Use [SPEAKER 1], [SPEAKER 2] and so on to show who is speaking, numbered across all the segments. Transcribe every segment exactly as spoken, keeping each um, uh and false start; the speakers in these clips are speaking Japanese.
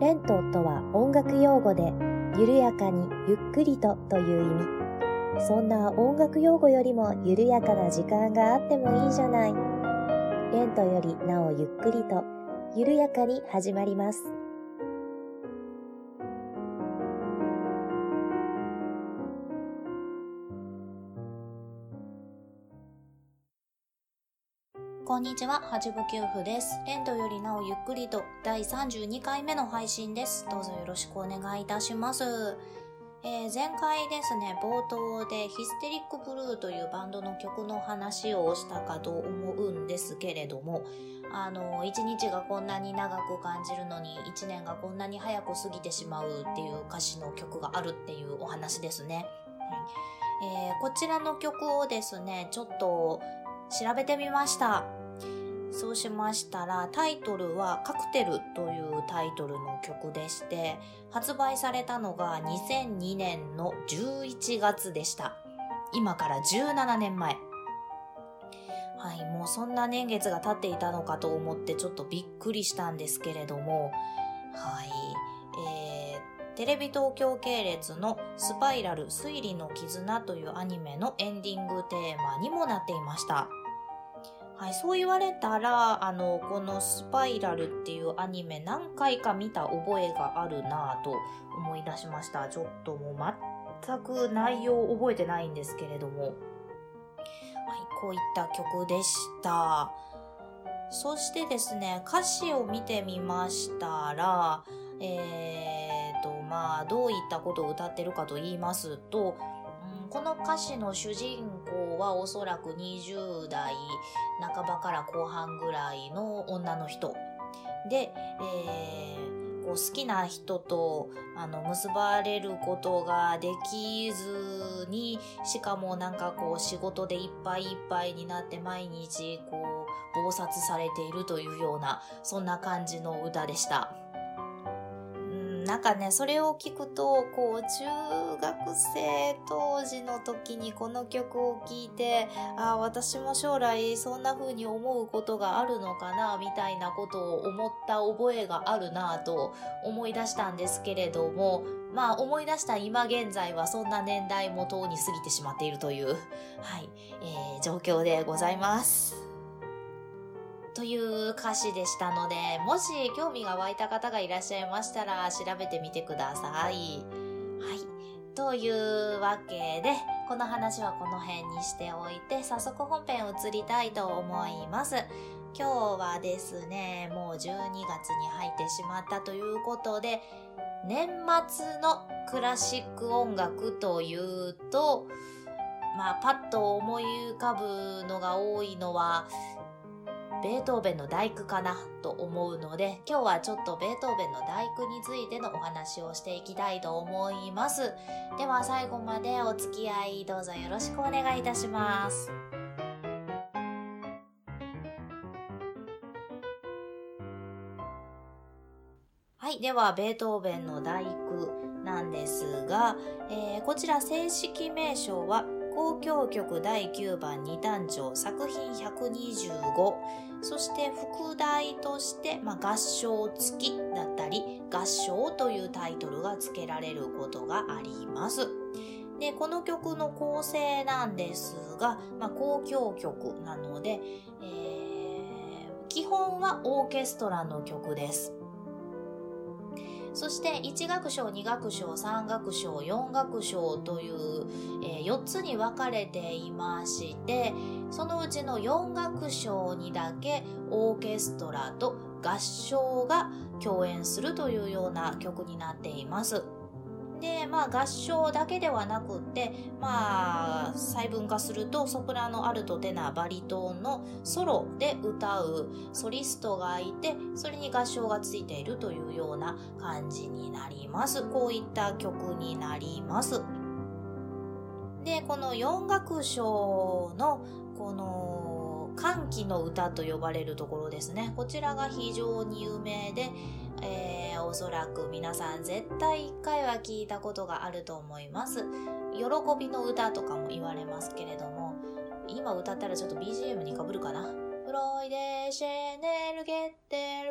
[SPEAKER 1] レントとは音楽用語で緩やかにゆっくりとという意味。そんな音楽用語よりも緩やかな時間があってもいいじゃない。レントよりなおゆっくりと緩やかに始まります。
[SPEAKER 2] こんにちは、八部九夫です。レントよりなおゆっくりとだいさんじゅうにかいめの配信です。どうぞよろしくお願いいたします。えー、前回ですね、冒頭でヒステリックブルーというバンドの曲の話をしたかと思うんですけれども、あの、一日がこんなに長く感じるのに一年がこんなに早く過ぎてしまうっていう歌詞の曲があるっていうお話ですね。えー、こちらの曲をですね、ちょっと調べてみました。そうしましたら、タイトルはカクテルというタイトルの曲でして、発売されたのがにせんにねんのじゅういちがつでした。今からじゅうななねんまえ。はい、もうそんな年月が経っていたのかと思ってちょっとびっくりしたんですけれども、はい、えー、テレビ東京系列のスパイラル推理の絆というアニメのエンディングテーマにもなっていました。はい、そう言われたら、あの、このスパイラルっていうアニメ何回か見た覚えがあるなぁと思い出しました。ちょっともう全く内容を覚えてないんですけれども。はい、こういった曲でした。そしてですね、歌詞を見てみましたら、えーと、まあ、どういったことを歌ってるかと言いますと、この歌詞の主人公はおそらくにじゅうだいなかばから後半ぐらいの女の人で、えー、こう好きな人とあの結ばれることができずに、しかもなんかこう仕事でいっぱいいっぱいになって毎日こう忙殺されているというような、そんな感じの歌でした。なんかね、それを聞くと、こう、中学生当時の時にこの曲を聴いて、ああ、私も将来そんな風に思うことがあるのかな、みたいなことを思った覚えがあるなぁと思い出したんですけれども、まあ思い出した今現在はそんな年代もとうに過ぎてしまっているという、はい、えー、状況でございます。という歌詞でしたので、もし興味が湧いた方がいらっしゃいましたら調べてみてください。はい。というわけで、この話はこの辺にしておいて、早速本編移りたいと思います。今日はですね、もうじゅうにがつに入ってしまったということで、年末のクラシック音楽というと、まあパッと思い浮かぶのが多いのは、ベートーベンの第九かなと思うので、今日はちょっとベートーベンの第九についてのお話をしていきたいと思います。では最後までお付き合いどうぞよろしくお願いいたします。はい、ではベートーベンの第九なんですが、えー、こちら正式名称は交響曲だいきゅうばんに短調作品ひゃくにじゅうご、そして副題として、まあ、合唱付きだったり合唱というタイトルが付けられることがあります。で、この曲の構成なんですが、まあ、交響曲なので、えー、基本はオーケストラの曲です。そしていち楽章、に楽章、さん楽章、よん楽章という、えー、よっつに分かれていまして、そのうちのよん楽章にだけオーケストラと合唱が共演するというような曲になっています。で、まあ合唱だけではなくって、まあ細分化するとソプラノ、アルト、テナー、バリトンのソロで歌うソリストがいて、それに合唱がついているというような感じになります。こういった曲になります。で、このよん楽章のこの歓喜の歌と呼ばれるところですね。こちらが非常に有名で、えー、おそらく皆さん絶対一回は聞いたことがあると思います。喜びの歌とかも言われますけれども、今歌ったらちょっと ビージーエム に被るかな。フロイデシェネルゲッテルフ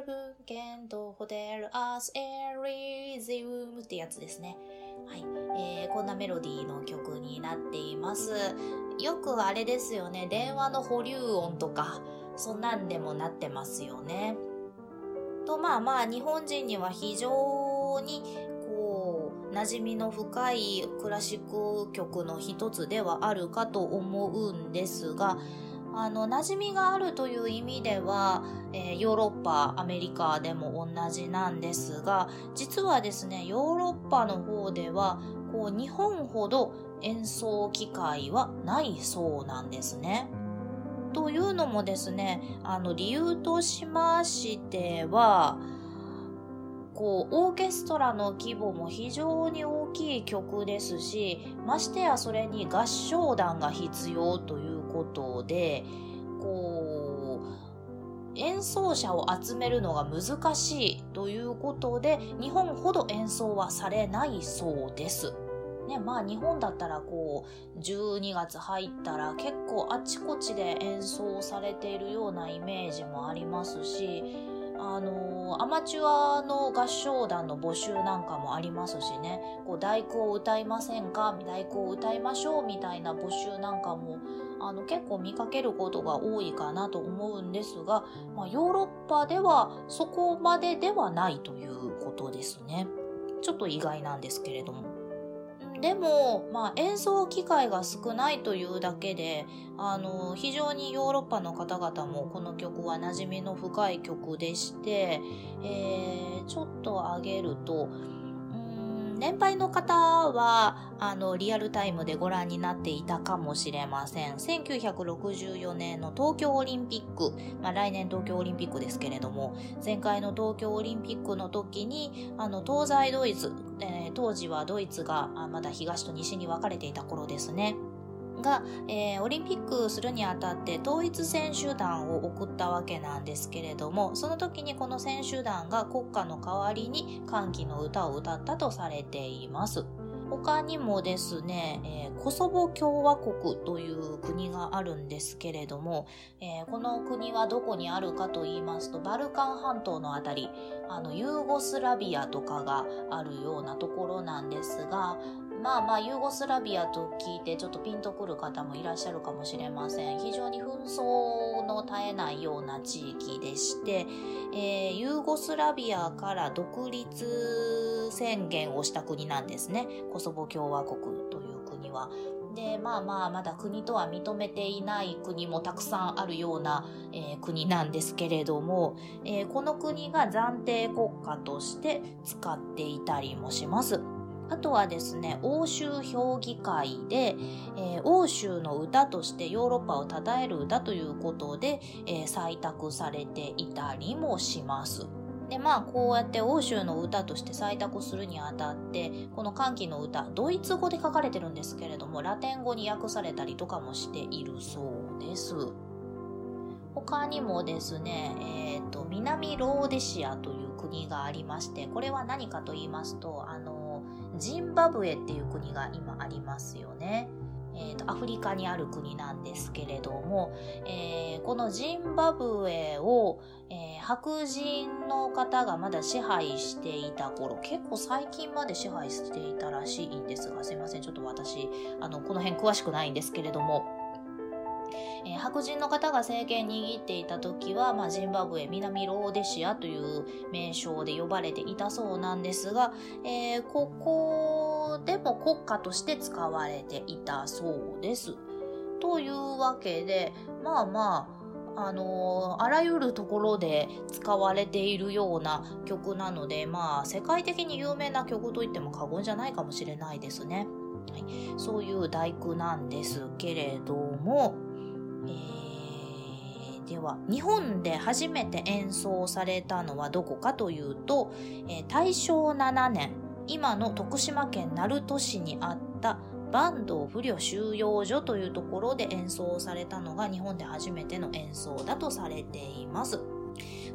[SPEAKER 2] ケントホテルアースエリゼウムってやつですね。はい、えー、こんなメロディーの曲になっています。よくあれですよね、電話の保留音とかそんなんでもなってますよね。とまあまあ日本人には非常にこう馴染みの深いクラシック曲の一つではあるかと思うんですが、あの馴染みがあるという意味では、えー、ヨーロッパ、アメリカでも同じなんですが、実はですね、ヨーロッパの方ではこう日本ほど演奏機会はないそうなんですね。というのもですね、あの理由としましては、こうオーケストラの規模も非常に大きい曲ですし、ましてやそれに合唱団が必要ということで、こう演奏者を集めるのが難しいということで、日本ほど演奏はされないそうです。ね、まあ日本だったらこうじゅうにがつ入ったら結構あちこちで演奏されているようなイメージもありますし、あのー、アマチュアの合唱団の募集なんかもありますしね、こう第九を歌いませんか、第九を歌いましょうみたいな募集なんかもあの結構見かけることが多いかなと思うんですが、まあ、ヨーロッパではそこまでではないということですね。ちょっと意外なんですけれども、でも、まあ、演奏機会が少ないというだけで、あの非常にヨーロッパの方々もこの曲は馴染みの深い曲でして、えー、ちょっと上げると、年配の方はあのリアルタイムでご覧になっていたかもしれません。せんきゅうひゃくろくじゅうよねんの東京オリンピック、まあ、来年東京オリンピックですけれども、前回の東京オリンピックの時にあの東西ドイツ、えー、当時はドイツがまだ東と西に分かれていた頃ですねが、えー、オリンピックするにあたって統一選手団を送ったわけなんですけれども、その時にこの選手団が国歌の代わりに歓喜の歌を歌ったとされています。他にもですね、えー、コソボ共和国という国があるんですけれども、えー、この国はどこにあるかと言いますと、バルカン半島のあたり、あのユーゴスラビアとかがあるようなところなんですが、まあまあユーゴスラビアと聞いてちょっとピンとくる方もいらっしゃるかもしれません。非常に紛争の絶えないような地域でして、えー、ユーゴスラビアから独立宣言をした国なんですね、コソボ共和国という国は。で、まあまあまだ国とは認めていない国もたくさんあるような、えー、国なんですけれども、えー、この国が暫定国家として使っていたりもします。あとはですね、欧州評議会で、えー、欧州の歌としてヨーロッパを称える歌ということで、えー、採択されていたりもします。で、まあこうやって欧州の歌として採択するにあたって、この歓喜の歌、ドイツ語で書かれてるんですけれども、ラテン語に訳されたりとかもしているそうです。他にもですね、えーと、南ローデシアという国がありまして、これは何かと言いますと、あのジンバブエっていう国が今ありますよね。えーと、アフリカにある国なんですけれども、えー、このジンバブエを、えー、白人の方がまだ支配していた頃、結構最近まで支配していたらしいんですが、すいません、ちょっと私あのこの辺詳しくないんですけれども、えー、白人の方が政権握っていた時は、まあ、ジンバブエ、南ローデシアという名称で呼ばれていたそうなんですが、えー、ここでも国家として使われていたそうです。というわけで、まあまあ、あのー、あらゆるところで使われているような曲なので、まあ、世界的に有名な曲といっても過言じゃないかもしれないですね。はい、そういう第九なんですけれども、えー、では日本で初めて演奏されたのはどこかというと、えー、大正ななねん、今の徳島県鳴門市にあった坂東不慮収容所というところで演奏されたのが日本で初めての演奏だとされています。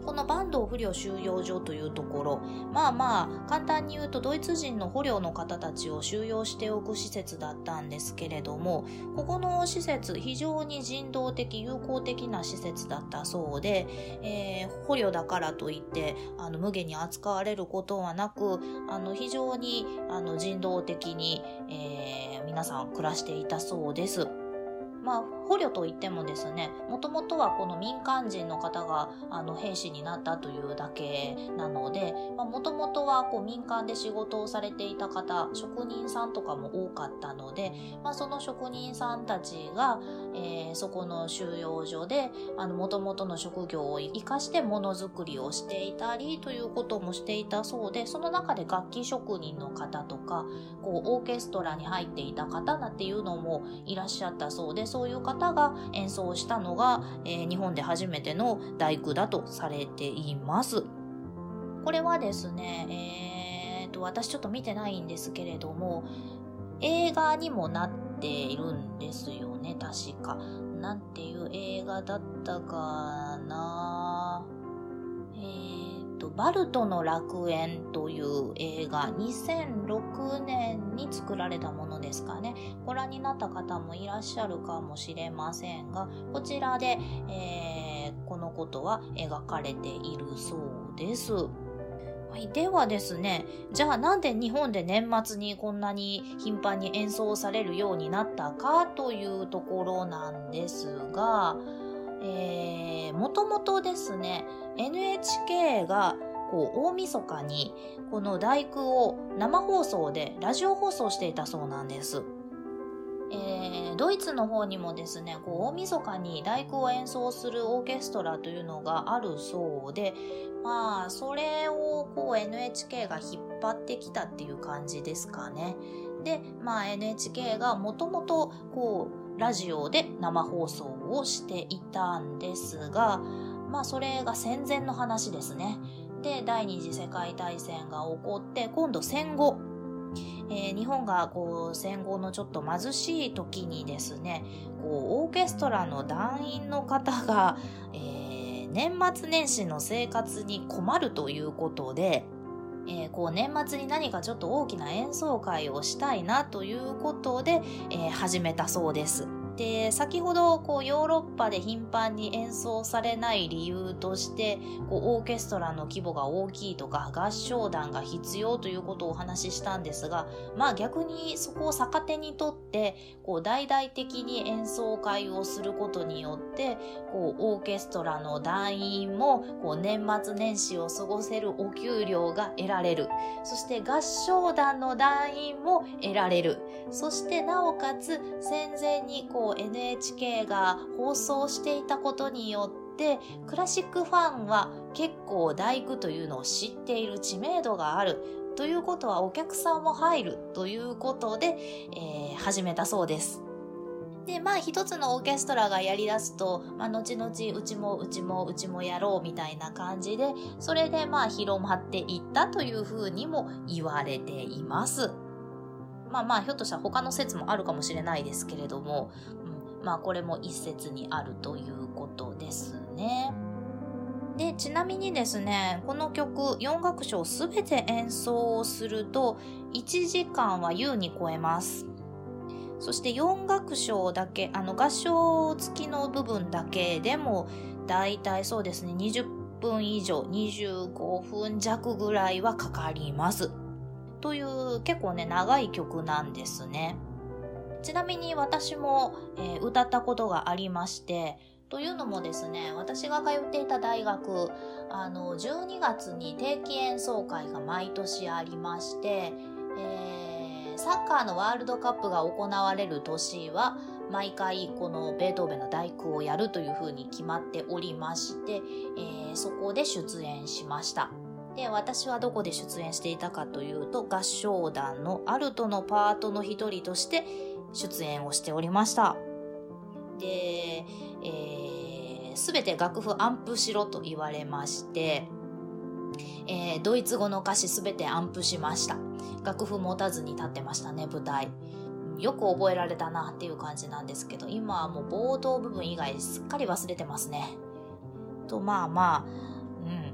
[SPEAKER 2] この坂東不良収容所というところ、まあまあ簡単に言うとドイツ人の捕虜の方たちを収容しておく施設だったんですけれども、ここの施設非常に人道的友好的な施設だったそうで、えー、捕虜だからといってあの無下に扱われることはなく、あの非常にあの人道的に、えー、皆さん暮らしていたそうです。まあ、捕虜といってもですね、もともとはこの民間人の方があの兵士になったというだけなので、もともとはこう民間で仕事をされていた方、職人さんとかも多かったので、まあ、その職人さんたちが、えー、そこの収容所でもともとの職業を生かしてものづくりをしていたりということもしていたそうで、その中で楽器職人の方とかこうオーケストラに入っていた方なんていうのもいらっしゃったそうで、そういう方が演奏したのが、えー、日本で初めての大工だとされています。これはですね、えーと、私ちょっと見てないんですけれども、映画にもなっているんですよね、確か。なんていう映画だったかな。えーと、バルトの楽園という映画、にせんろくねんに作られたものですかね。ご覧になった方もいらっしゃるかもしれませんが、こちらで、えー、このことは描かれているそうです。はい、ではですね、じゃあなんで日本で年末にこんなに頻繁に演奏されるようになったかというところなんですが、えー、もともとですね、エヌエイチケー がこう大晦日にこの第九を生放送でラジオ放送していたそうなんです。えー、ドイツの方にもですね、こう大晦日に第九を演奏するオーケストラというのがあるそうで、まあそれをこう エヌエイチケー が引っ張ってきたっていう感じですかね。で、まあ エヌエイチケー がもともとこうラジオで生放送をしていたんですが、まあそれが戦前の話ですね。で、第二次世界大戦が起こって、今度戦後、えー、日本がこう戦後のちょっと貧しい時にですね、こうオーケストラの団員の方が、えー、年末年始の生活に困るということで、えー、こう年末に何かちょっと大きな演奏会をしたいなということで、えー、始めたそうです。で、先ほどこうヨーロッパで頻繁に演奏されない理由としてこうオーケストラの規模が大きいとか合唱団が必要ということをお話ししたんですが、まあ逆にそこを逆手にとってこう大々的に演奏会をすることによってこうオーケストラの団員もこう年末年始を過ごせるお給料が得られる、そして合唱団の団員も得られる、そしてなおかつ戦前にこうエヌエイチケー が放送していたことによってクラシックファンは結構第九というのを知っている、知名度があるということはお客さんも入るということで、えー、始めたそうです。で、まあ一つのオーケストラがやりだすと、まあ後々うちもうちもうちもやろうみたいな感じで、それでまあ広まっていったというふうにも言われています。まあまあひょっとしたら他の説もあるかもしれないですけれども、うん、まあこれも一説にあるということですね。で、ちなみにですね、この曲よん楽章すべて演奏をするといちじかんは優に超えます。そしてよん楽章だけ、あの合唱付きの部分だけでもだいたいそうですね、にじゅっぷん以上、にじゅうごふん弱ぐらいはかかります。という結構ね長い曲なんですね。ちなみに私も、えー、歌ったことがありまして、というのもですね、私が通っていた大学、あのじゅうにがつに定期演奏会が毎年ありまして、えー、サッカーのワールドカップが行われる年は毎回このベートーベンの第九をやるというふうに決まっておりまして、えー、そこで出演しました。で、私はどこで出演していたかというと、合唱団のアルトのパートの一人として出演をしておりました。で、えー、全て楽譜アンプしろと言われまして、えー、ドイツ語の歌詞全てアンプしました。楽譜持たずに立ってましたね、舞台。よく覚えられたなっていう感じなんですけど、今はもう冒頭部分以外すっかり忘れてますね。と、まあまあ、うん。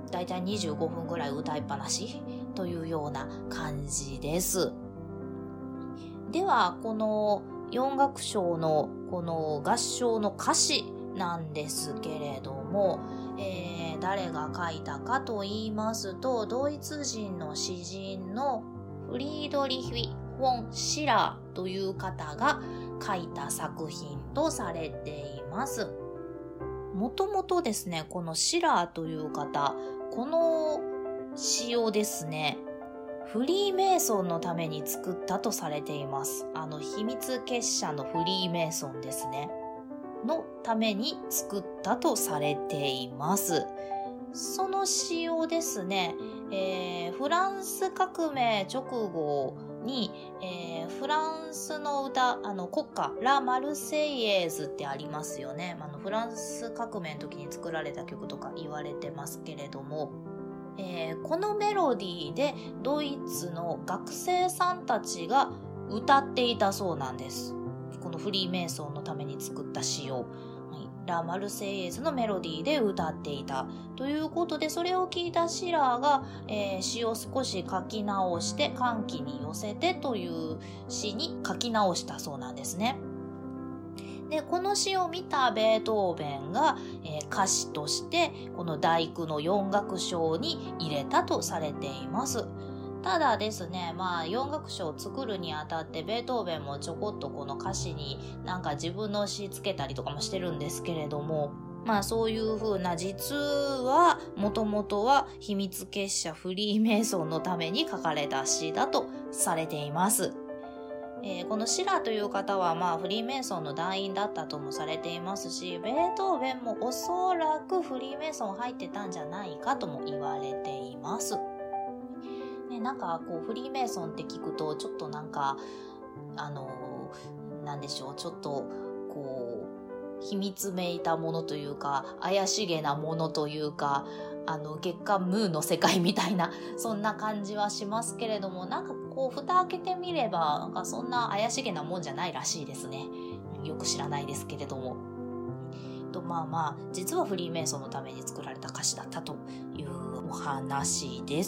[SPEAKER 2] だいたいにじゅうごふんぐらい歌いっぱなしというような感じです。ではこのよん楽章のこの合唱の歌詞なんですけれども、えー、誰が書いたかと言いますと、ドイツ人の詩人のフリードリヒ・フォン・シラーという方が書いた作品とされています。もともとですね、このシラーという方、この詩をですね、フリーメイソンのために作ったとされています。あの秘密結社のフリーメイソンですね。のために作ったとされています。その詩をですね、えー、フランス革命直後に、えー、フランスの歌、あの国歌ラ・マルセイエーズってありますよね。あのフランス革命の時に作られた曲とか言われてますけれども、えー、このメロディーでドイツの学生さんたちが歌っていたそうなんです。このフリーメイソンのために作った詩を、ラ・マルセイエーズのメロディーで歌っていたということで、それを聞いたシラーが、えー、詩を少し書き直して歓喜に寄せてという詩に書き直したそうなんですね。で、この詩を見たベートーベンが、えー、歌詞としてこの第九のよん楽章に入れたとされています。ただですね、まあよん楽章を作るにあたってベートーベンもちょこっとこの歌詞になんか自分の詩つけたりとかもしてるんですけれども、まあそういう風な、実はもともとは秘密結社フリーメイソンのために書かれた詩だとされています。えー、このシラーという方はまあフリーメイソンの団員だったともされていますし、ベートーベンもおそらくフリーメイソン入ってたんじゃないかとも言われています。ね、なんかこうフリーメイソンって聞くとちょっとなんかあのー、なんでしょう、ちょっとこう秘密めいたものというか怪しげなものというか、あの月刊ムーの世界みたいなそんな感じはしますけれども、なんかこう蓋開けてみればなんかそんな怪しげなもんじゃないらしいですね。よく知らないですけれども、とまあまあ実はフリーメイソンのために作られた歌詞だったというお話です。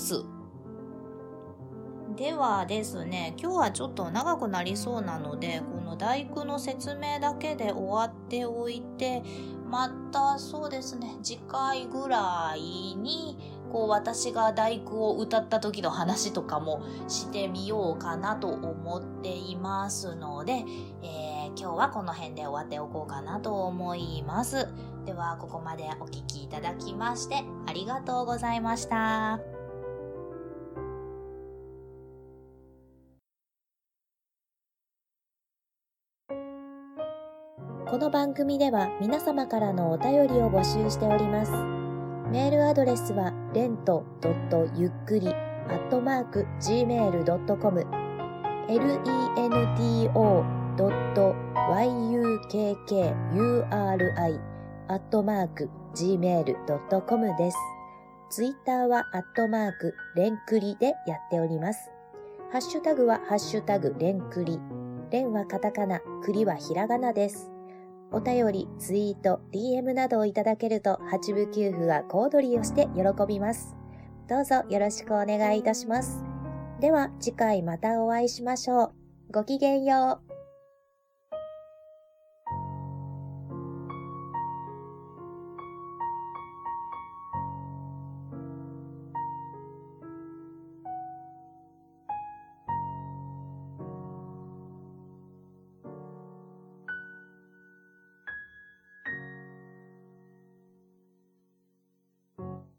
[SPEAKER 2] ではですね、今日はちょっと長くなりそうなので、この第九の説明だけで終わっておいて、またそうですね、次回ぐらいにこう私が第九を歌った時の話とかもしてみようかなと思っていますので、えー、今日はこの辺で終わっておこうかなと思います。ではここまでお聞きいただきましてありがとうございました。
[SPEAKER 1] この番組では皆様からのお便りを募集しております。メールアドレスはレントドットゆっくりアットマークジーメールドットコム レントドットユックリアットマークジーメールドットコム です。ツイッターはアットマークレンクリでやっております。ハッシュタグはハッシュタグレンクリ。レンはカタカナ、クリはひらがなです。お便り、ツイート、ディーエム などをいただけると八部九夫が小躍りをして喜びます。どうぞよろしくお願いいたします。では次回またお会いしましょう。ごきげんよう。